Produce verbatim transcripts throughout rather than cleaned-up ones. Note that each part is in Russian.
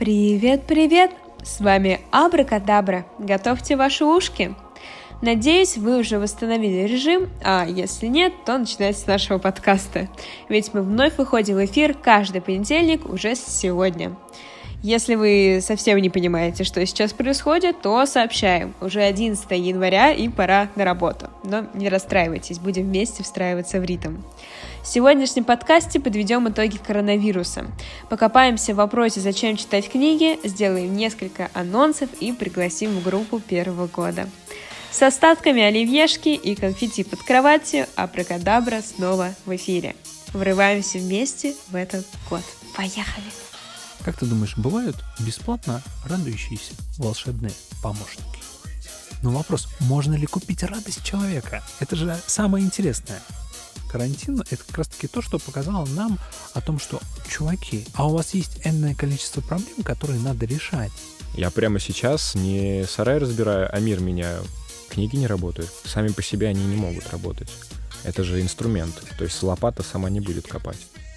Привет-привет! С вами Абракадабра. Готовьте ваши ушки. Надеюсь, вы уже восстановили режим, а если нет, то начинайте с нашего подкаста. Ведь мы вновь выходим в эфир каждый понедельник уже с сегодня. Если вы совсем не понимаете, что сейчас происходит, то сообщаем. Уже одиннадцатого января и пора на работу. Но не расстраивайтесь, будем вместе встраиваться в ритм. В сегодняшнем подкасте подведем итоги коронавируса. Покопаемся в вопросе, зачем читать книги, сделаем несколько анонсов и пригласим в группу первого года. С остатками оливьешки и конфетти под кроватью Абракадабра снова в эфире. Врываемся вместе в этот год. Поехали! Как ты думаешь, бывают бесплатно радующиеся волшебные помощники? Но вопрос, можно ли купить радость человека? Это же самое интересное. Карантин — это как раз-таки то, что показало нам о том, что, чуваки, а у вас есть энное количество проблем, которые надо решать. Я прямо сейчас не сарай разбираю, а мир меняю. Книги не работают. Сами по себе они не могут работать. Это же инструмент. То есть лопата сама не будет копать.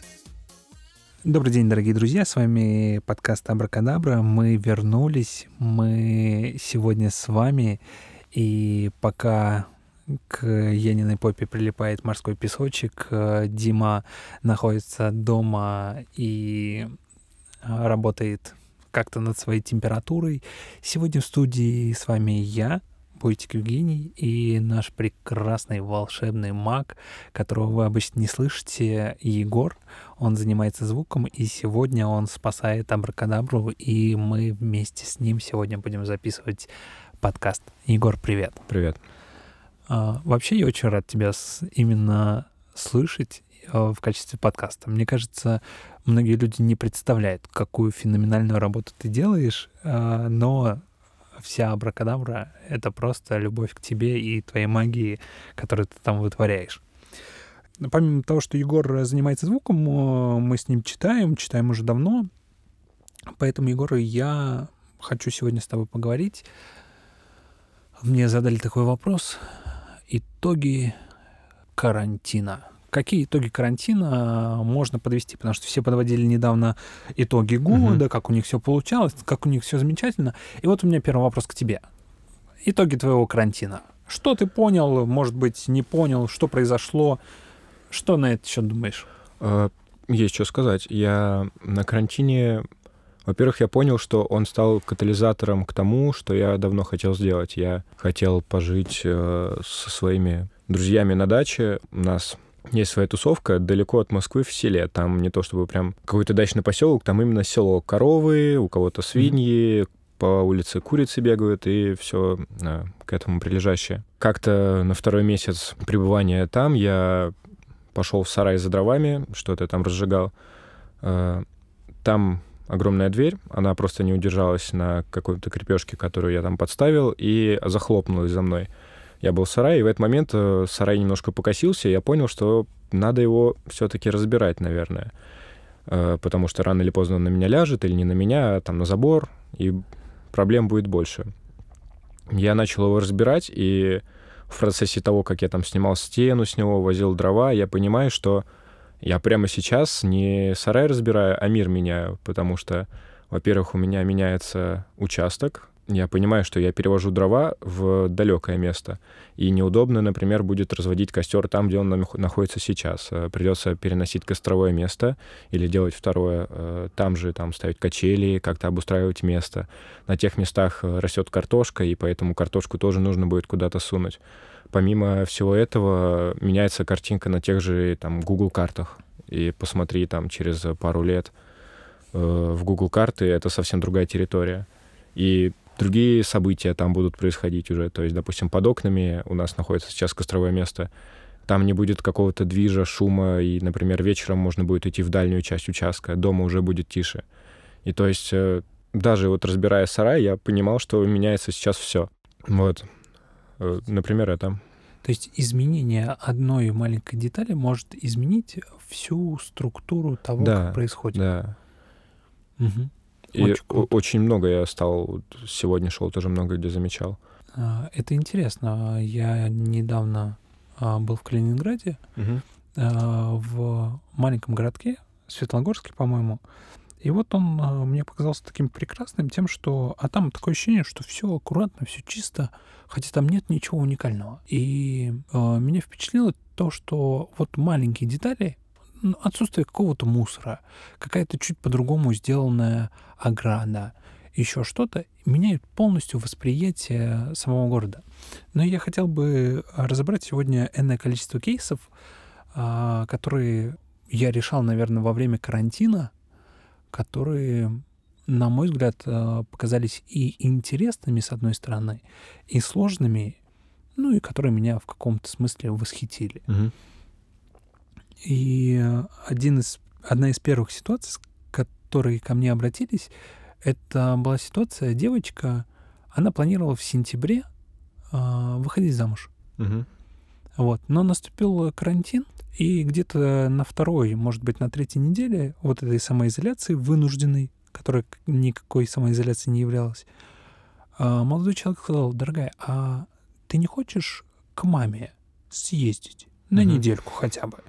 Добрый день, дорогие друзья, с вами подкаст Абракадабра. Мы вернулись, мы сегодня с вами, и пока к Яниной попе прилипает морской песочек, Дима находится дома и работает как-то над своей температурой. Сегодня в студии с вами я, Бойтик Евгений, и наш прекрасный волшебный маг, которого вы обычно не слышите, Егор. Он занимается звуком, и сегодня он спасает Абракадабру, и мы вместе с ним сегодня будем записывать подкаст. Егор, привет. Привет. А, вообще, я очень рад тебя с, именно слышать а, в качестве подкаста. Мне кажется, многие люди не представляют, какую феноменальную работу ты делаешь, а, но вся Абракадабра — это просто любовь к тебе и твоей магии, которую ты там вытворяешь. Помимо того, что Егор занимается звуком, мы с ним читаем, читаем уже давно. Поэтому, Егор, я хочу сегодня с тобой поговорить. Мне задали такой вопрос. Итоги карантина. Какие итоги карантина можно подвести? Потому что все подводили недавно итоги года, uh-huh. как у них все получалось, как у них все замечательно. И вот у меня первый вопрос к тебе. Итоги твоего карантина. Что ты понял, может быть, не понял, что произошло? Что на этот счет думаешь? Есть что сказать. Я на карантине, во-первых, я понял, что он стал катализатором к тому, что я давно хотел сделать. Я хотел пожить со своими друзьями на даче. У нас есть своя тусовка далеко от Москвы, в селе. Там не то чтобы прям какой-то дачный поселок, там именно село. Коровы, у кого-то свиньи, mm-hmm. по улице курицы бегают и все к этому прилежащее. Как-то на второй месяц пребывания там я пошел в сарай за дровами, что-то там разжигал. Там огромная дверь, она просто не удержалась на какой-то крепежке, которую я там подставил, и захлопнулась за мной. Я был в сарае, и в этот момент сарай немножко покосился, и я понял, что надо его все-таки разбирать, наверное. Потому что рано или поздно он на меня ляжет, или не на меня, а там на забор, и проблем будет больше. Я начал его разбирать, и в процессе того, как я там снимал стену с него, возил дрова, я понимаю, что я прямо сейчас не сарай разбираю, а мир меняю, потому что, во-первых, у меня меняется участок. Я понимаю, что я перевожу дрова в далекое место, и неудобно, например, будет разводить костер там, где он находится сейчас. Придется переносить костровое место или делать второе, там же там ставить качели, как-то обустраивать место. На тех местах растет картошка, и поэтому картошку тоже нужно будет куда-то сунуть. Помимо всего этого, меняется картинка на тех же там Google картах. И посмотри, там через пару лет э, в Google карты это совсем другая территория. И другие события там будут происходить уже. То есть, допустим, под окнами у нас находится сейчас костровое место. Там не будет какого-то движа, шума, и, например, вечером можно будет идти в дальнюю часть участка, дома уже будет тише. И то есть, э, даже вот разбирая сарай, я понимал, что меняется сейчас все. Вот. Э, например, это. То есть изменение одной маленькой детали может изменить всю структуру того, да, как происходит. Да. Угу. И очень, очень много я стал, сегодня шел, тоже много где замечал. Это интересно. Я недавно был в Калининграде, угу. в маленьком городке, Светлогорске, по-моему, И вот он э, мне показался таким прекрасным тем, что... А там такое ощущение, что все аккуратно, все чисто, хотя там нет ничего уникального. И э, меня впечатлило то, что вот маленькие детали, отсутствие какого-то мусора, какая-то чуть по-другому сделанная ограда, еще что-то, меняют полностью восприятие самого города. Но я хотел бы разобрать сегодня энное количество кейсов, э, которые я решал, наверное, во время карантина, которые, на мой взгляд, показались и интересными, с одной стороны, и сложными, ну и которые меня в каком-то смысле восхитили. Угу. И один из, одна из первых ситуаций, с которой ко мне обратились, это была ситуация, девочка, она планировала в сентябре э, выходить замуж. Угу. Вот. Но наступил карантин, и где-то на второй, может быть, на третьей неделе вот этой самоизоляции вынужденной, которая никакой самоизоляцией не являлась, молодой человек сказал: дорогая, а ты не хочешь к маме съездить на Угу. недельку хотя бы?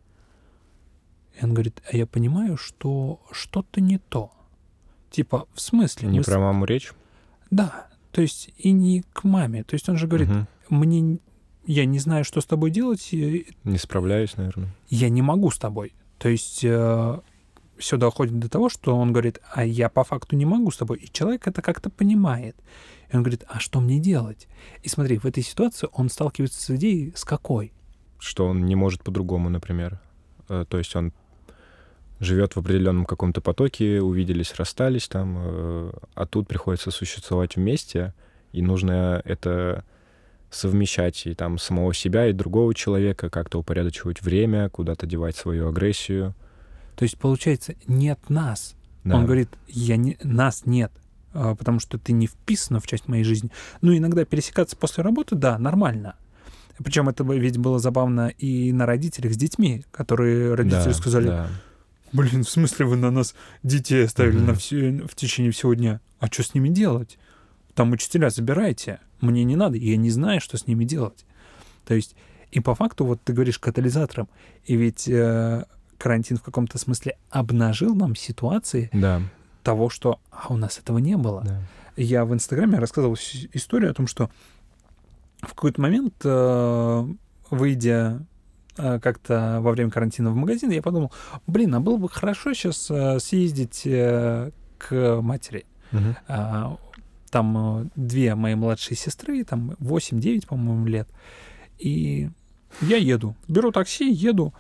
И он говорит: а я понимаю, что что-то не то. Типа, в смысле? Не Мы про с- маму речь? Да, то есть и не к маме. То есть он же говорит: Мгм. мне... Я не знаю, что с тобой делать, и Не справляюсь, наверное. я не могу с тобой. То есть э, все доходит до того, что он говорит: а я по факту не могу с тобой. И человек это как-то понимает. И он говорит: а что мне делать? И смотри, в этой ситуации он сталкивается с идеей с какой? Что он не может по-другому, например. Э, То есть он живет в определенном каком-то потоке, увиделись, расстались там, э, а тут приходится существовать вместе, и нужно это совмещать и там самого себя, и другого человека, как-то упорядочивать время, куда-то девать свою агрессию. То есть, получается, нет нас. Да. Он говорит: я не... нас нет, а, потому что ты не вписана в часть моей жизни. Ну, иногда пересекаться после работы, да, нормально. Причем это бы- ведь было забавно и на родителях с детьми, которые родители Да, сказали: да. блин, в смысле вы на нас детей оставили Мгм. на всю- в течение всего дня? А что с ними делать? Там учителя забирайте. Мне не надо, я не знаю, что с ними делать. То есть, и по факту, вот ты говоришь катализатором, и ведь э, карантин в каком-то смысле обнажил нам ситуации Да, того, что а у нас этого не было. да. Я в Инстаграме рассказывал с- историю о том, что в какой-то момент, э, выйдя э, как-то во время карантина в магазин, я подумал: блин, а было бы хорошо сейчас э, съездить э, к матери. Мгм. А, Там э, две мои младшие сестры, там восемь-девять, по-моему, лет. И я еду, беру такси, еду.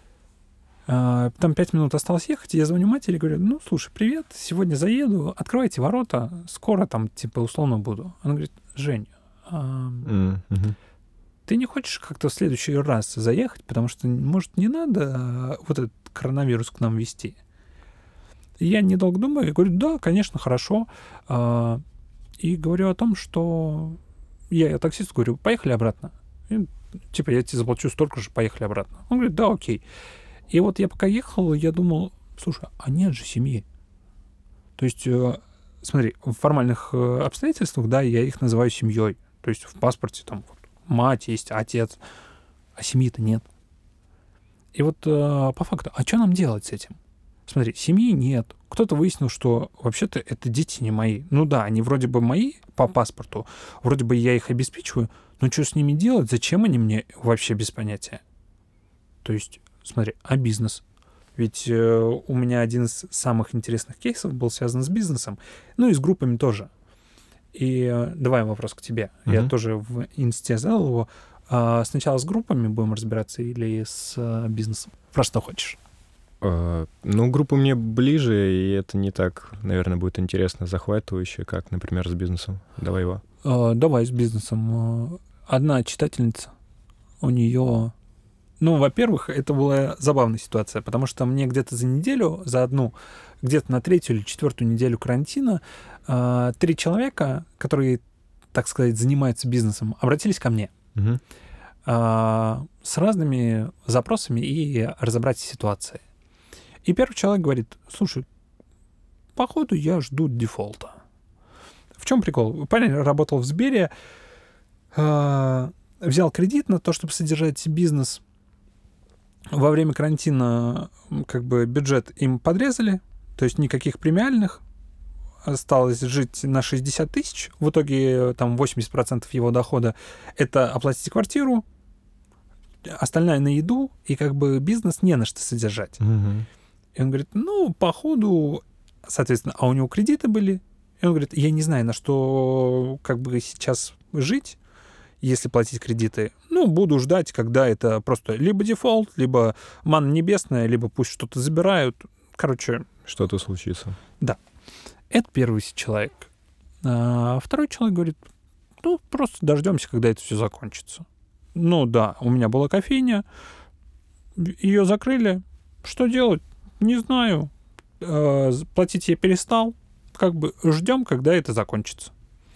А, Там пять минут осталось ехать, и я звоню матери, говорю: ну, слушай, привет, сегодня заеду, открывайте ворота, скоро там, типа, условно буду. Она говорит: Жень, а, М, мгм. ты не хочешь как-то в следующий раз заехать, потому что, может, не надо а, вот этот коронавирус к нам вести? И я, недолго думаю, и говорю: да, конечно, хорошо. А, И говорю о том, что я, я таксисту говорю: поехали обратно. И, типа, я тебе заплачу столько же, поехали обратно. Он говорит: да, окей. И вот я пока ехал, я думал: слушай, а нет же семьи. То есть, э, смотри, в формальных э, обстоятельствах, да, я их называю семьей. То есть в паспорте там вот мать есть, отец, а семьи-то нет. И вот э, по факту, а что нам делать с этим? Смотри, семьи нет. Кто-то выяснил, что вообще-то это дети не мои. Ну да, они вроде бы мои по паспорту, вроде бы я их обеспечиваю, но что с ними делать, зачем они мне, вообще без понятия. То есть, смотри, а бизнес? Ведь э, у меня один из самых интересных кейсов был связан с бизнесом, ну и с группами тоже. И э, давай вопрос к тебе. Я Мгм. тоже в инсте задал его. А, сначала с группами будем разбираться или с э, бизнесом? Про что хочешь? Э, Ну, группа мне ближе, и это не так, наверное, будет интересно, захватывающе, как, например, с бизнесом. Давай его. Э, давай с бизнесом. Э, Одна читательница, у нее... Ну, во-первых, это была забавная ситуация, потому что мне где-то за неделю, за одну, где-то на третью или четвертую неделю карантина, э, три человека, которые, так сказать, занимаются бизнесом, обратились ко мне Мгм. э, с разными запросами и разобрать ситуации. И первый человек говорит: слушай, походу я жду дефолта. В чем прикол? Парень работал в Сбере, э, взял кредит на то, чтобы содержать бизнес. Во время карантина м, как бы бюджет им подрезали, то есть никаких премиальных, осталось жить на шестьдесят тысяч, в итоге там восемьдесят процентов его дохода — это оплатить квартиру, остальное на еду, и как бы бизнес не на что содержать. Мгм. И он говорит, ну, походу, соответственно, а у него кредиты были, и он говорит, я не знаю, на что как бы сейчас жить, если платить кредиты. Ну, буду ждать, когда это просто либо дефолт, либо манна небесная, либо пусть что-то забирают. Короче, Что-то случится. это первый человек. А второй человек говорит, ну, просто дождемся, когда это все закончится. Ну да, у меня была кофейня, ее закрыли. Что делать? Не знаю. Э, Платить я перестал. Как бы ждем, когда это закончится.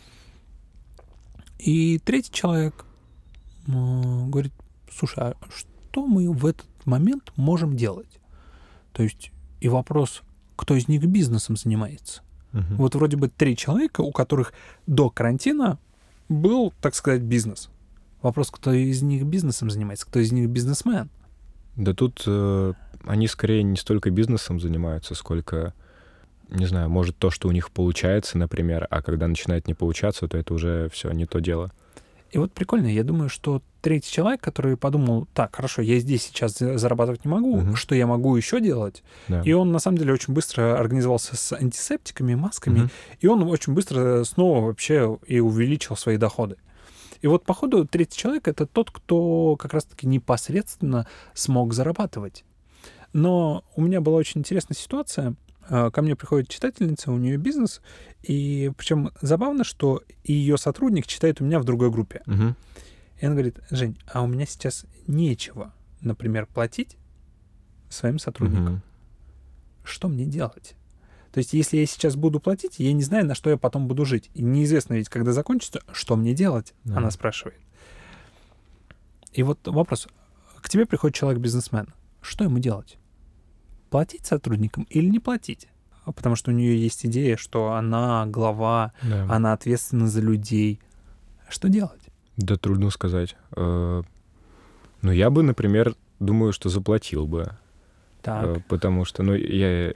И третий человек э, говорит, слушай, а что мы в этот момент можем делать? То есть и вопрос, кто из них бизнесом занимается. Мгм. Вот вроде бы три человека, у которых до карантина был, так сказать, бизнес. Вопрос, кто из них бизнесом занимается, кто из них бизнесмен. Да тут э, они скорее не столько бизнесом занимаются, сколько, не знаю, может то, что у них получается, например, а когда начинает не получаться, то это уже все не то дело. И вот прикольно, я думаю, что третий человек, который подумал, так, хорошо, я здесь сейчас за- зарабатывать не могу, Мгм. что я могу еще делать? Да. И он, на самом деле, очень быстро организовался с антисептиками, масками, Мгм. и он очень быстро снова вообще и увеличил свои доходы. И вот, походу, третий человек — это тот, кто как раз-таки непосредственно смог зарабатывать. Но у меня была очень интересная ситуация. Э, Ко мне приходит читательница, у нее бизнес, и причем забавно, что ее сотрудник читает у меня в другой группе. Мгм. И она говорит, Жень, а у меня сейчас нечего, например, платить своим сотрудникам. Мгм. Что мне делать? То есть, если я сейчас буду платить, я не знаю, на что я потом буду жить. И неизвестно ведь, когда закончится, что мне делать, Да. она спрашивает. И вот вопрос. К тебе приходит человек-бизнесмен. Что ему делать? Платить сотрудникам или не платить? А Потому что у нее есть идея, что она глава, Да. она ответственна за людей. Что делать? Да, трудно сказать. Э, Ну, я бы, например, думаю, что заплатил бы. Так. Э, Потому что, ну, я э,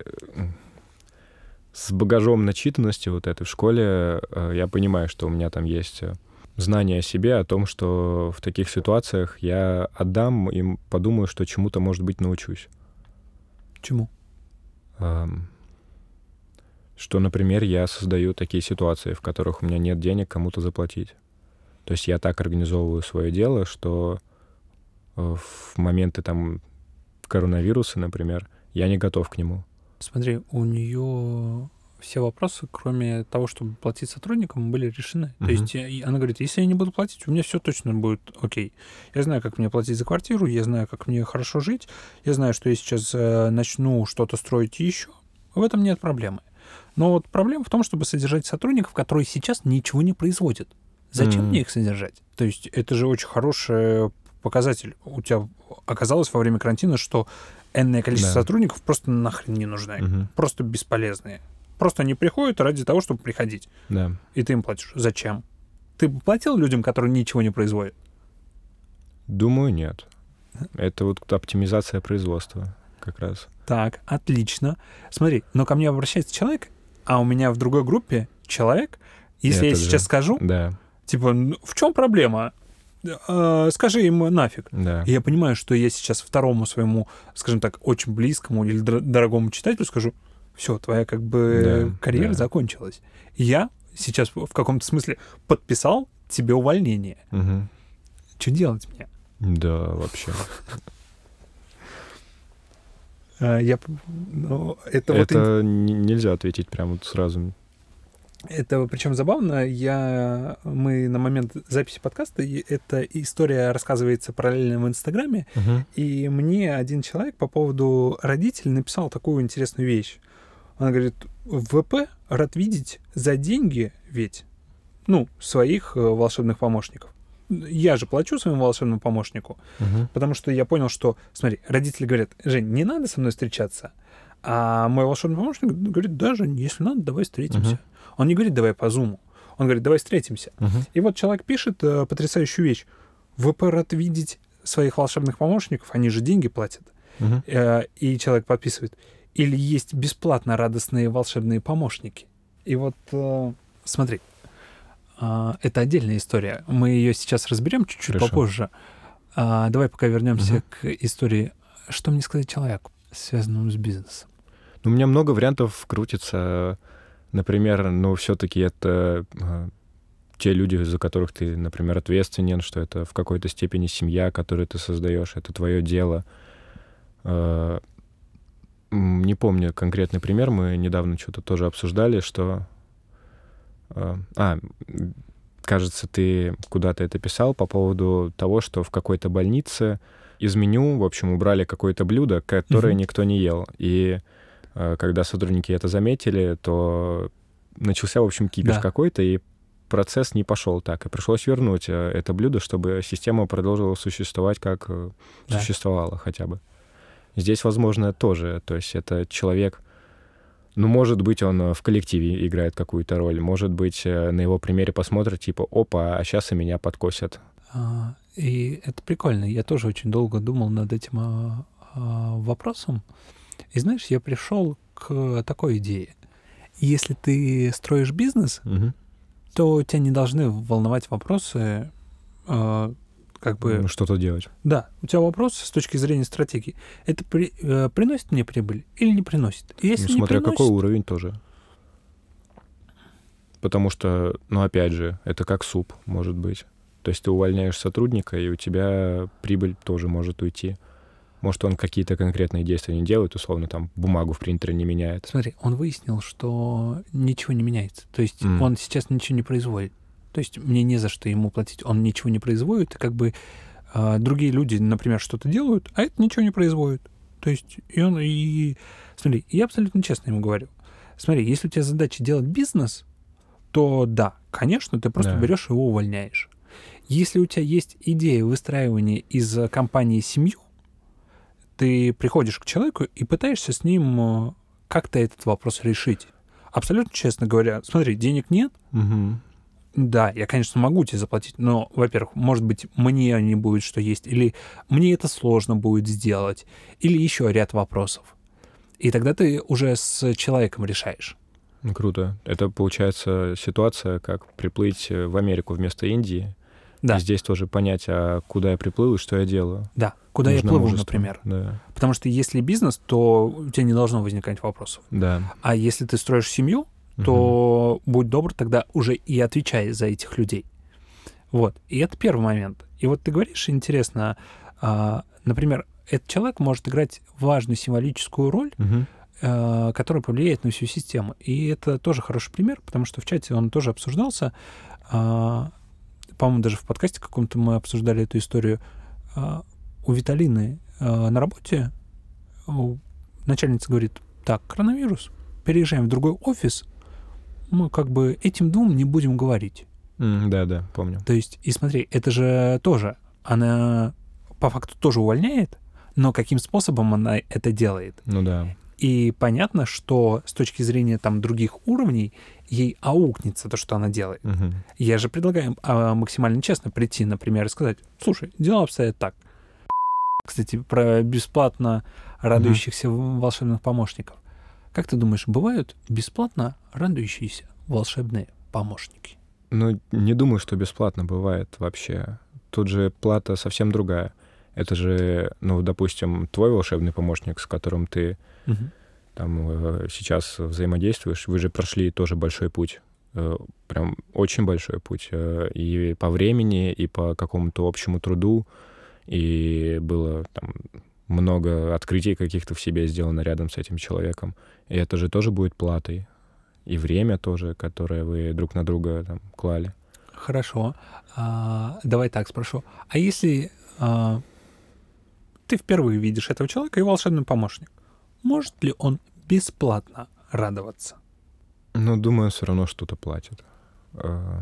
с багажом начитанности вот этой в школе, э, я понимаю, что у меня там есть э, знание о себе, о том, что в таких ситуациях я отдам и подумаю, что чему-то, может быть, научусь. Чему? Эм, Что, например, я создаю такие ситуации, в которых у меня нет денег кому-то заплатить. То есть я так организовываю свое дело, что э, в моменты там коронавируса, например, я не готов к нему. Смотри, у нее все вопросы, кроме того, чтобы платить сотрудникам, были решены. Мгм. То есть э, и она говорит, если я не буду платить, у меня все точно будет окей. Я знаю, как мне платить за квартиру, я знаю, как мне хорошо жить, я знаю, что я сейчас э, начну что-то строить еще, в этом нет проблемы. Но вот проблема в том, чтобы содержать сотрудников, которые сейчас ничего не производят. Зачем Мгм. мне их содержать? То есть это же очень хороший показатель. У тебя оказалось во время карантина, что энное количество Да. сотрудников просто нахрен не нужны. Мгм. Просто бесполезные. Просто они приходят ради того, чтобы приходить. Да. И ты им платишь. Зачем? Ты бы платил людям, которые ничего не производят? Думаю, нет. Это вот оптимизация производства как раз. Так, отлично. Смотри, но ко мне обращается человек, а у меня в другой группе человек, если я Этот сейчас же. скажу, Да, типа, «Ну, в чем проблема? Э, Скажи им нафиг. да. И я понимаю, что я сейчас второму своему, скажем так, очень близкому или дор- дорогому читателю скажу, все, твоя как бы Да, карьера да. закончилась. Я сейчас в каком-то смысле подписал тебе увольнение. Мгм. Что делать мне? Да, вообще. А, Я, п- ну, это, вот ин- Это н- нельзя ответить прямо вот сразу. это причем забавно. Я, мы на момент записи подкаста, и эта история рассказывается параллельно в Инстаграме, Мгм. и мне один человек по поводу родителей написал такую интересную вещь. Он говорит, в ВП рад видеть за деньги ведь, ну, своих э, волшебных помощников. Я же плачу своему волшебному помощнику, Мгм. потому что я понял, что, смотри, родители говорят, Жень, не надо со мной встречаться, а мой волшебный помощник говорит, да, Жень, если надо, давай встретимся. Мгм. Он не говорит, давай по зуму, он говорит, давай встретимся. Мгм. И вот человек пишет э, потрясающую вещь. ВП рад видеть своих волшебных помощников, они же деньги платят. Мгм. Э, и человек подписывает. или есть бесплатно радостные волшебные помощники. И вот э, смотри, э, это отдельная история. Мы ее сейчас разберем чуть-чуть Хорошо. попозже. А, давай пока вернемся Мгм. к истории. Что мне сказать человеку, связанному с бизнесом? Ну, у меня много вариантов крутится. Например, ну, все-таки это э, те люди, за которых ты, например, ответственен, что это в какой-то степени семья, которую ты создаешь, это твое дело. Э, м, не помню конкретный пример, мы недавно что-то тоже обсуждали, что... э, а, м, кажется, ты куда-то это писал по поводу того, что в какой-то больнице из меню, в общем, убрали какое-то блюдо, которое Мгм. никто не ел. И э, когда сотрудники это заметили, то начался, в общем, кипиш Да. какой-то, и процесс не пошел так. И пришлось вернуть э, это блюдо, чтобы система продолжила существовать, как э, Да. существовала хотя бы. Здесь, возможно, тоже. То есть это человек... Ну, может быть, он э, в коллективе играет какую-то роль. Может быть, э, на его примере посмотрят, типа, опа, а сейчас и меня подкосят. А, И это прикольно. Я тоже очень долго думал над этим а, а, вопросом. И знаешь, я пришел к такой идее. Если ты строишь бизнес, Мгм. то тебя не должны волновать вопросы, а, как бы... Ну, что-то делать. Да, у тебя вопрос с точки зрения стратегии. Это при- э, приносит мне прибыль или не приносит? И если Ну, смотря не приносит, какой уровень тоже. Потому что, ну, опять же, это как суп, может быть. То есть ты увольняешь сотрудника, и у тебя прибыль тоже может уйти. Может, он какие-то конкретные действия не делает, условно, там, бумагу в принтере не меняет. смотри, он выяснил, что ничего не меняется. То есть М. он сейчас ничего не производит. То есть мне не за что ему платить. Он ничего не производит, и как бы а, другие люди, например, что-то делают, а это ничего не производит. То есть и он, и... Смотри, я абсолютно честно ему говорю. Смотри, если у тебя задача делать бизнес, то да, конечно, ты просто Да. берешь и его увольняешь. Если у тебя есть идея выстраивания из э, компании семью, ты приходишь к человеку и пытаешься с ним э, как-то этот вопрос решить. Абсолютно честно говоря, смотри, денег нет, Мгм. да, я, конечно, могу тебе заплатить, но, во-первых, может быть, мне не будет что есть, или мне это сложно будет сделать, или еще ряд вопросов. И тогда ты уже с человеком решаешь. Ну, круто. Это, получается, ситуация, как приплыть э, в Америку вместо Индии. Да, И здесь тоже понять, а куда я приплыл и что я делаю. да. Куда Нужно я плыву, мужество. например. Да. Потому что если бизнес, то у тебя не должно возникать вопросов. Да. А если ты строишь семью, Мгм. то будь добр, тогда уже и отвечай за этих людей. Вот. И это первый момент. И вот ты говоришь, интересно, а, например, этот человек может играть важную символическую роль, Мгм. а, которая повлияет на всю систему. И это тоже хороший пример, потому что в чате он тоже обсуждался. А, по-моему, даже в подкасте каком-то мы обсуждали эту историю. А, у Виталины а, на работе у- начальница говорит: так, коронавирус, переезжаем в другой офис, мы как бы этим двум не будем говорить. М, Да-да, помню. То есть, и смотри, это же тоже, она по факту тоже увольняет, но каким способом она это делает? Ну да. И понятно, что с точки зрения там других уровней ей аукнется то, что она делает. Мгм. Я же предлагаю а, максимально честно прийти, например, и сказать: слушай, дела обстоят так. Кстати, про бесплатно радующихся волшебных помощников. Как ты думаешь, бывают бесплатно радующиеся волшебные помощники? Ну, не думаю, что бесплатно бывает вообще. Тут же плата совсем другая. Это же, ну, допустим, твой волшебный помощник, с которым ты Мгм. там э, сейчас взаимодействуешь, вы же прошли тоже большой путь. Э, Прям очень большой путь. э, И по времени, и по какому-то общему труду. И было там много открытий каких-то в себе сделано рядом с этим человеком. И это же тоже будет платой. И время тоже, которое вы друг на друга там клали. Хорошо. А, давай так спрошу. А если а, ты впервые видишь этого человека и волшебный помощник, может ли он бесплатно радоваться? Ну, думаю, все равно что-то платит. Э,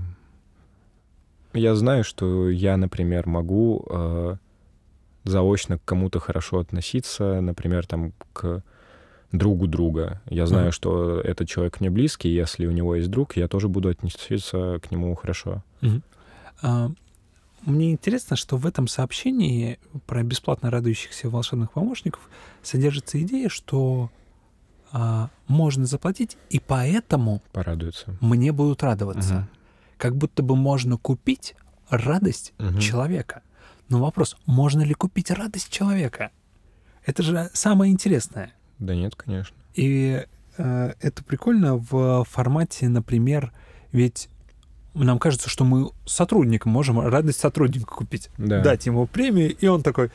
Я знаю, что я, например, могу э, заочно к кому-то хорошо относиться, например, там, к другу друга. Я знаю, Мгм. что этот человек мне близкий, и если у него есть друг, я тоже буду относиться к нему хорошо. Мгм. А, Мне интересно, что в этом сообщении про бесплатно радующихся волшебных помощников содержится идея, что а, можно заплатить, и поэтому Порадуются. мне будут радоваться. Угу. Как будто бы можно купить радость Угу. человека. Но вопрос, можно ли купить радость человека? Это же самое интересное. Да нет, конечно. И э, это прикольно в формате, например, ведь нам кажется, что мы сотрудникам можем радость сотрудника купить. Да. Дать ему премию, и он такой,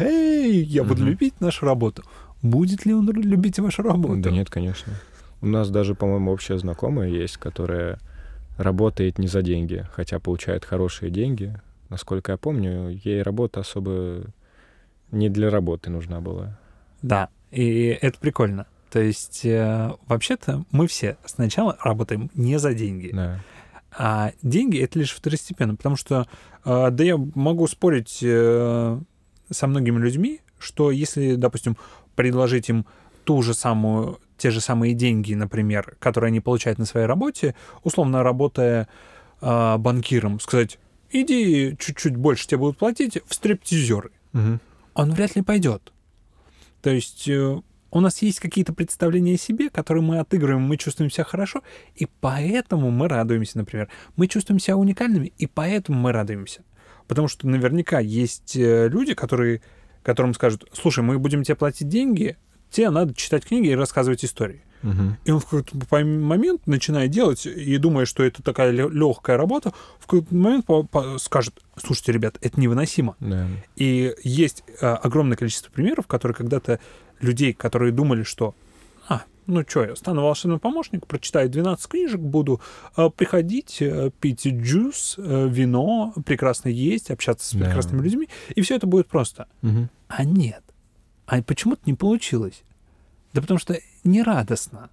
эй, я буду Мгм. любить нашу работу. Будет ли он любить вашу работу? Да нет, конечно. У нас даже, по-моему, общая знакомая есть, которая работает не за деньги, хотя получает хорошие деньги. Насколько я помню, ей работа особо не для работы нужна была. Да, и это прикольно. То есть, э, вообще-то, мы все сначала работаем не за деньги. Да. А деньги — это лишь второстепенно, потому что, э, да я могу спорить э, со многими людьми, что если, допустим, предложить им ту же самую, те же самые деньги, например, которые они получают на своей работе, условно работая э, банкиром, сказать, иди чуть-чуть больше тебе будут платить в стриптизеры, Угу. он вряд ли пойдет. То есть э, у нас есть какие-то представления о себе, которые мы отыгрываем, мы чувствуем себя хорошо, и поэтому мы радуемся, например. Мы чувствуем себя уникальными, и поэтому мы радуемся. Потому что наверняка есть э, люди, которые, которым скажут, слушай, мы будем тебе платить деньги, тебе надо читать книги и рассказывать истории. Угу. И он в какой-то момент начинает делать, и думая, что это такая легкая работа, в какой-то момент по- по- скажет, слушайте, ребят, это невыносимо. Да. И есть э, огромное количество примеров, которые когда-то людей, которые думали, что, а, ну что, я стану волшебным помощником, прочитаю двенадцать книжек, буду э, приходить, э, пить джус, э, вино, прекрасно есть, общаться с Да. прекрасными людьми, и все это будет просто. Угу. А нет. А почему-то не получилось. Да потому что нерадостно.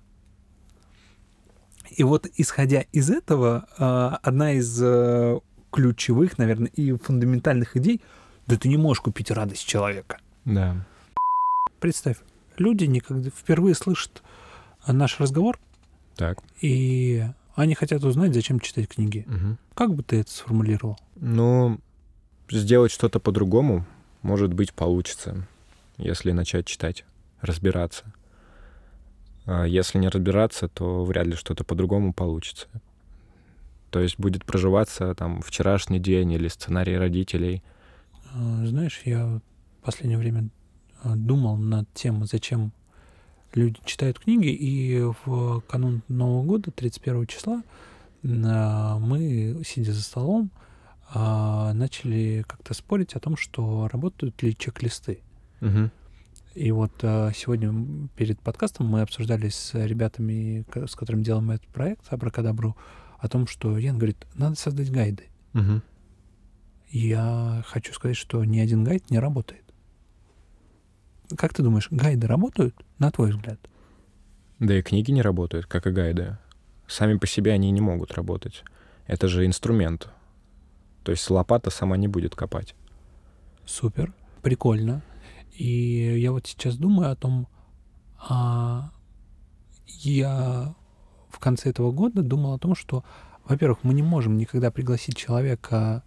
И вот, исходя из этого, э, одна из э, ключевых, наверное, и фундаментальных идей, да ты не можешь купить радость человека. Да. Представь, люди никогда впервые слышат наш разговор, Так. и они хотят узнать, зачем читать книги. Угу. Как бы ты это сформулировал? Ну, сделать что-то по-другому, может быть, получится, если начать читать, разбираться. А если не разбираться, то вряд ли что-то по-другому получится. То есть будет проживаться там вчерашний день или сценарий родителей. Э, Знаешь, я в последнее время э, думал над тем, зачем люди читают книги, и в канун Нового года, тридцать первого числа, э, мы, сидя за столом, э, начали как-то спорить о том, что работают ли чек-листы. Угу. И вот э, сегодня перед подкастом мы обсуждали с ребятами, ко- с которыми делаем этот проект «Абракадабру», о том, что Ян говорит, надо создать гайды. Угу. Я хочу сказать, что ни один гайд не работает. Как ты думаешь, гайды работают, на твой взгляд? Да и книги не работают, как и гайды. Сами по себе они не могут работать. Это же инструмент. То есть лопата сама не будет копать. Супер, прикольно. И я вот сейчас думаю о том, а я в конце этого года думал о том, что, во-первых, мы не можем никогда пригласить человека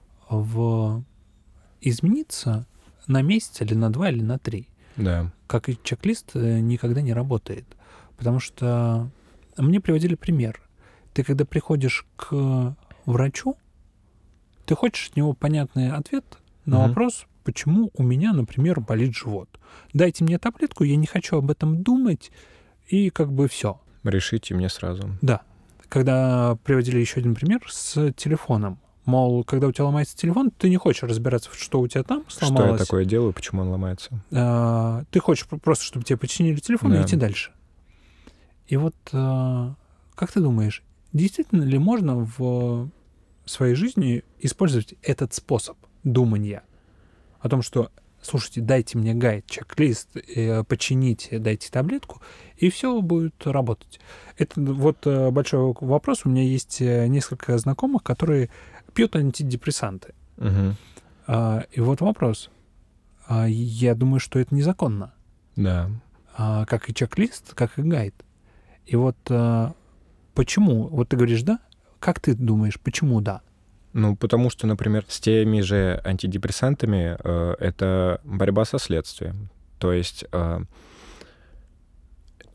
в измениться на месяц или на два или на три. Да. Как и чек-лист э, никогда не работает. Потому что мне приводили пример. Ты когда приходишь к врачу, ты хочешь от него понятный ответ на Мгм. вопрос, почему у меня, например, болит живот. Дайте мне таблетку, я не хочу об этом думать, и как бы все. Решите мне сразу. Да. Когда приводили еще один пример с телефоном. Мол, когда у тебя ломается телефон, ты не хочешь разбираться, что у тебя там сломалось. Что я такое делаю, почему он ломается? А, ты хочешь пр- просто, чтобы тебе починили телефон и Да. идти дальше. И вот а, как ты думаешь, действительно ли можно в своей жизни использовать этот способ думания о том, что, слушайте, дайте мне гайд, чек-лист, э, почините, дайте таблетку, и все будет работать. Это вот э, большой вопрос. У меня есть э, несколько знакомых, которые пьют антидепрессанты. Угу. А, и вот вопрос. А, я думаю, что это незаконно. Да. А, как и чек-лист, как и гайд. И вот а, почему? Вот ты говоришь «да». Как ты думаешь, почему «да»? Ну, потому что, например, с теми же антидепрессантами э, это борьба со следствием. То есть э,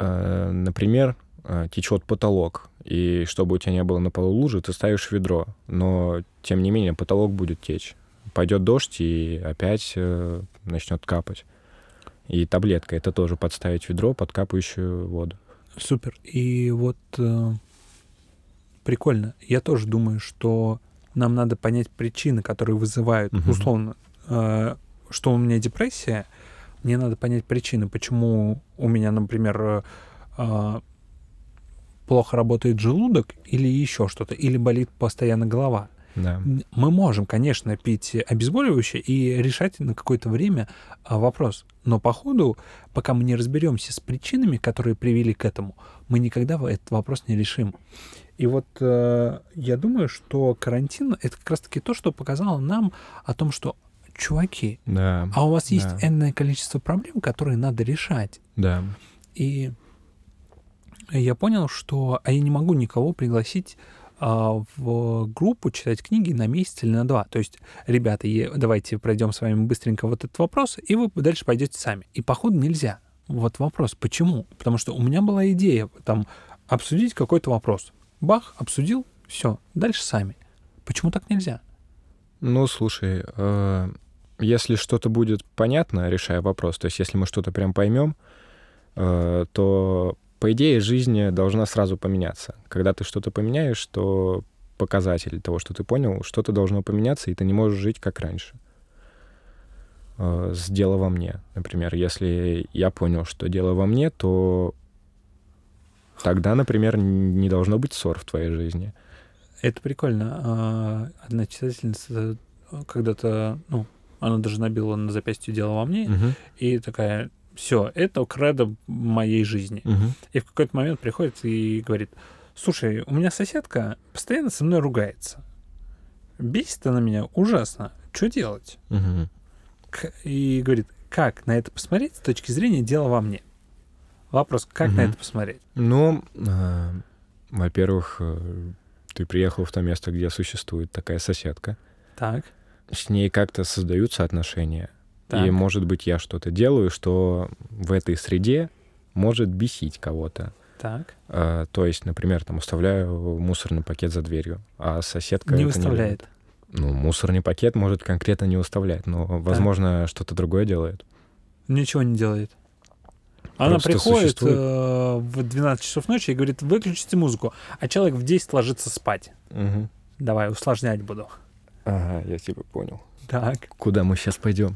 э, например, э, течет потолок, и чтобы у тебя не было на полу лужи, ты ставишь ведро, но, тем не менее, потолок будет течь. Пойдет дождь, и опять э, начнет капать. И таблетка — это тоже подставить ведро под капающую воду. Супер. И вот э, прикольно. Я тоже думаю, что нам надо понять причины, которые вызывают, Мгм. условно, э, что у меня депрессия. Мне надо понять причины, почему у меня, например, э, плохо работает желудок или еще что-то, или болит постоянно голова. Да. Н- Мы можем, конечно, пить обезболивающее и решать на какое-то время а, вопрос. Но по ходу, пока мы не разберемся с причинами, которые привели к этому, мы никогда в- этот вопрос не решим. И вот э, я думаю, что карантин — это как раз-таки то, что показало нам о том, что, чуваки, Да. а у вас есть Да. энное количество проблем, которые надо решать. Да. И я понял, что а я не могу никого пригласить а, в группу читать книги на месяц или на два. То есть, ребята, е- давайте пройдем с вами быстренько вот этот вопрос, и вы дальше пойдете сами. И по ходу нельзя. Вот вопрос, почему? Потому что у меня была идея там обсудить какой-то вопрос. Бах, обсудил, все, дальше сами. Почему так нельзя? Ну, слушай, э, если что-то будет понятно, решая вопрос, то есть если мы что-то прям поймем, э, то, по идее, жизнь должна сразу поменяться. Когда ты что-то поменяешь, то показатель того, что ты понял, что-то должно поменяться, и ты не можешь жить как раньше. Э, с «дело во мне», например. Если я понял, что дело во мне, то тогда, например, н- не должно быть ссор в твоей жизни. Это прикольно. А, Одна читательница когда-то, ну, она даже набила на запястье «дело во мне», Мгм. и такая: все, это кредо моей жизни. Мгм. И в какой-то момент приходит и говорит: слушай, у меня соседка постоянно со мной ругается. Бесит она меня ужасно. Что делать? Мгм. К- И говорит: как на это посмотреть с точки зрения «дела во мне»? Вопрос: как на Мгм. это посмотреть? Ну, э, во-первых, э, ты приехал в то место, где существует такая соседка. Так, С ней как-то создаются отношения. так. И, может быть, я что-то делаю, что в этой среде может бесить кого-то. так. Э, то есть, например, там оставляю мусорный пакет за дверью, а соседка Не это любит. выставляет. Ну, мусорный пакет может конкретно не выставлять, но, возможно, что-то другое делает. Ничего не делает. Она Просто приходит существует. э, в двенадцать часов ночи и говорит: выключите музыку. А человек в десять ложится спать. Мгм. Давай, усложнять буду. Ага, я тебя понял. Так. Куда мы сейчас пойдем?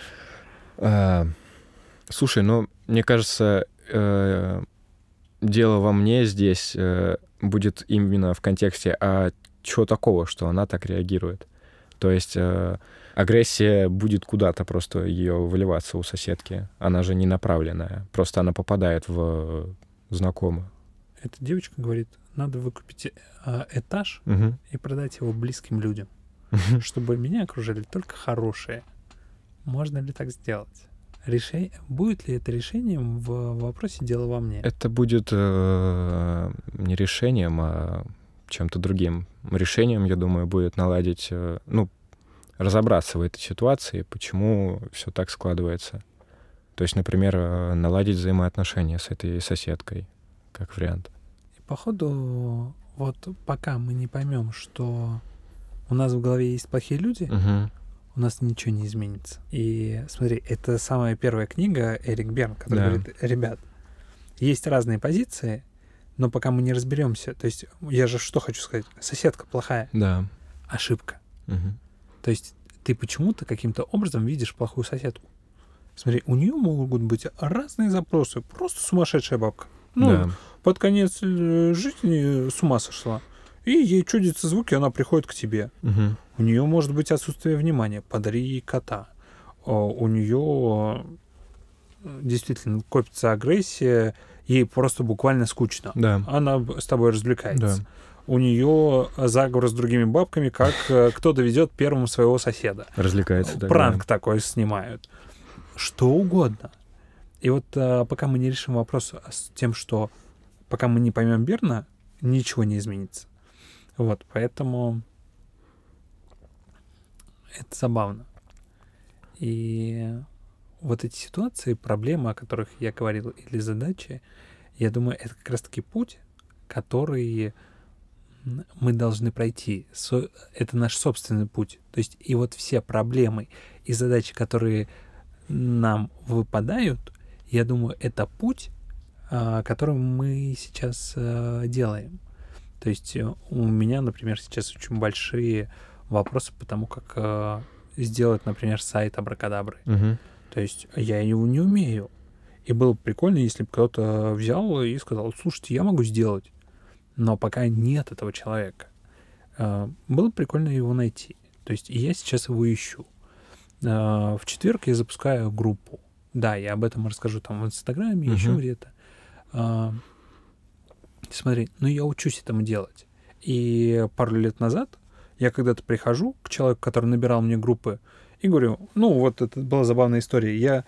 А, слушай, ну, мне кажется, э, дело во мне здесь э, будет именно в контексте, а чего такого, что она так реагирует? То есть э, агрессия будет куда-то просто ее выливаться у соседки. Она же не направленная. Просто она попадает в знакомую. Эта девочка говорит: надо выкупить э, этаж Мгм. и продать его близким людям, чтобы меня окружали только хорошие. Можно ли так сделать? Решение... Будет ли это решением в вопросе «дело во мне»? Это будет э, не решением, а чем-то другим. Решением, я думаю, будет наладить, э, ну, разобраться в этой ситуации, почему все так складывается. То есть, например, э, наладить взаимоотношения с этой соседкой, как вариант. И походу, вот пока мы не поймем, что у нас в голове есть плохие люди, Мгм. у нас ничего не изменится. И смотри, это самая первая книга Эрик Берн, который Да. говорит: ребят, есть разные позиции, но пока мы не разберемся, то есть я же что хочу сказать, соседка плохая, Да. ошибка. Мгм. То есть ты почему-то каким-то образом видишь плохую соседку. Смотри, у нее могут быть разные запросы, просто сумасшедшая бабка. Ну, Да. под конец э, жизни с ума сошла. И ей чудятся звуки, она приходит к тебе. Мгм. У нее может быть отсутствие внимания. Подари ей кота. О, У нее э, действительно копится агрессия, ей просто буквально скучно. Да. Она б- с тобой развлекается. Да. У нее заговор с другими бабками, как э, кто доведет первым своего соседа. Развлекается. да, Пранк да. такой снимают. Что угодно. И вот а, пока мы не решим вопрос с тем, что пока мы не поймем Берна, ничего не изменится. Вот, поэтому это забавно. И вот эти ситуации, проблемы, о которых я говорил, или задачи, Я думаю, это как раз-таки путь, который мы должны пройти. Это наш собственный путь. То есть и вот все проблемы и задачи, которые нам выпадают, я думаю, это путь, который мы сейчас делаем. То есть у меня, например, сейчас очень большие вопросы по тому, как сделать, например, сайт Абракадабры. Угу. То есть я его не умею. И было бы прикольно, если бы кто-то взял и сказал: слушайте, я могу сделать. Но пока нет этого человека. Было бы прикольно его найти. То есть я сейчас его ищу. В четверг я запускаю группу. Да, я об этом расскажу там в Инстаграме, uh-huh. еще где-то. Смотри, ну я учусь этому делать. И пару лет назад я когда-то прихожу к человеку, который набирал мне группы, и говорю: ну вот это была забавная история. Я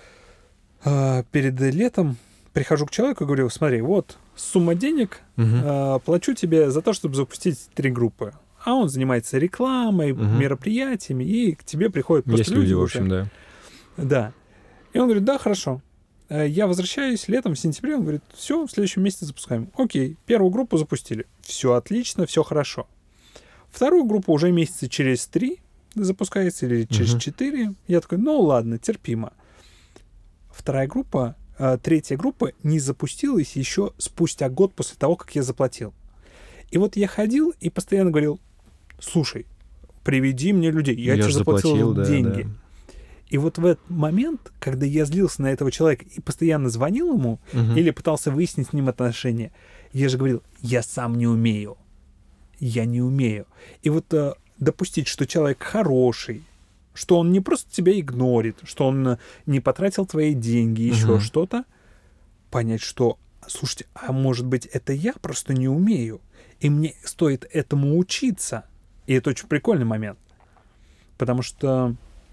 э, перед летом прихожу к человеку и говорю: смотри, вот сумма денег, uh-huh. э, плачу тебе за то, чтобы запустить три группы. А он занимается рекламой, uh-huh. мероприятиями, и к тебе приходят просто Есть люди, люди, в уже. общем, да. Да. И он говорит: да, хорошо. Я возвращаюсь летом, в сентябре, он говорит: все, в следующем месяце запускаем. Окей, первую группу запустили. Все отлично, все хорошо. Вторую группу уже месяца через три запускается или через uh-huh. четыре. Я такой: ну ладно, терпимо. Вторая группа, э, третья группа не запустилась еще спустя год после того, как я заплатил. И вот я ходил и постоянно говорил: слушай, приведи мне людей, я, я тебе заплатил, заплатил да, деньги. Да. И вот в этот момент, когда я злился на этого человека и постоянно звонил ему uh-huh. или пытался выяснить с ним отношения, я же говорил: я сам не умею. Я не умею. И вот э, допустить, что человек хороший, что он не просто тебя игнорит, что он не потратил твои деньги, еще uh-huh. что-то, понять, что, слушайте, а может быть, это я просто не умею, и мне стоит этому учиться. И это очень прикольный момент. Потому что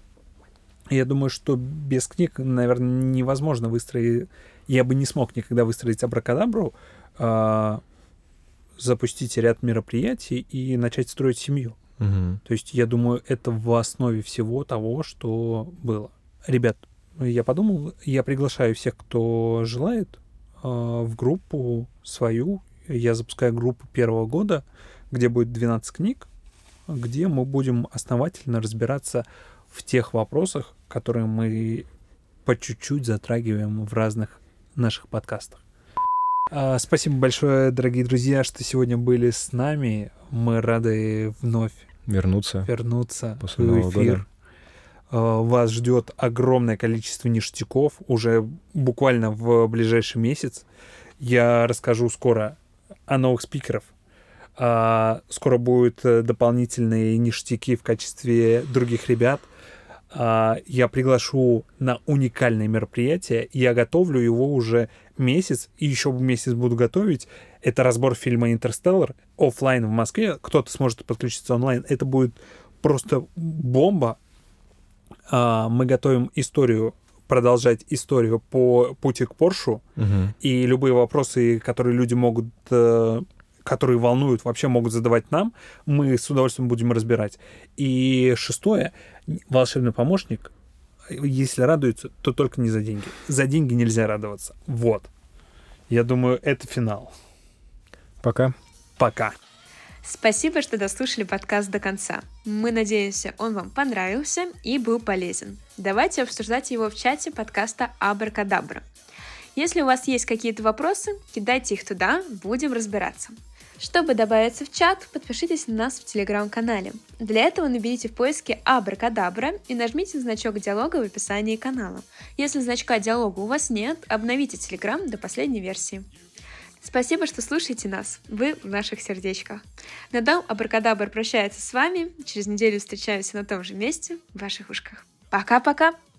я думаю, что без книг, наверное, невозможно выстроить... Я бы не смог никогда выстроить Абракадабру, э, запустить ряд мероприятий и начать строить семью. Угу. То есть, я думаю, это в основе всего того, что было. Ребят, я подумал, я приглашаю всех, кто желает, э, в группу свою. Я запускаю группу первого года, где будет двенадцать книг, где мы будем основательно разбираться в тех вопросах, которые мы по чуть-чуть затрагиваем в разных наших подкастах. А, спасибо большое, дорогие друзья, что сегодня были с нами. Мы рады вновь вернуться, вернуться после в Нового эфир. года. А, вас ждет огромное количество ништяков уже буквально в ближайший месяц. Я расскажу скоро о новых спикеров. А, скоро будут дополнительные ништяки в качестве других ребят. А, я приглашу на уникальное мероприятие. Я готовлю его уже месяц, и еще месяц буду готовить. Это разбор фильма «Интерстеллар» офлайн в Москве. Кто-то сможет подключиться онлайн. Это будет просто бомба. А, мы готовим историю, продолжать историю по пути к Поршу. Угу. И любые вопросы, которые люди могут... которые волнуют, вообще могут задавать нам, мы с удовольствием будем разбирать. И шестое, волшебный помощник, если радуется, то только не за деньги. За деньги нельзя радоваться. Вот. Я думаю, это финал. Пока. Пока. Спасибо, что дослушали подкаст до конца. Мы надеемся, он вам понравился и был полезен. Давайте обсуждать его в чате подкаста Абракадабра. Если у вас есть какие-то вопросы, кидайте их туда, будем разбираться. Чтобы добавиться в чат, подпишитесь на нас в Телеграм-канале. Для этого наберите в поиске Абракадабра и нажмите значок диалога в описании канала. Если значка диалога у вас нет, обновите Телеграм до последней версии. Спасибо, что слушаете нас. Вы в наших сердечках. На этом Абракадабр прощается с вами. Через неделю встречаемся на том же месте в ваших ушках. Пока-пока!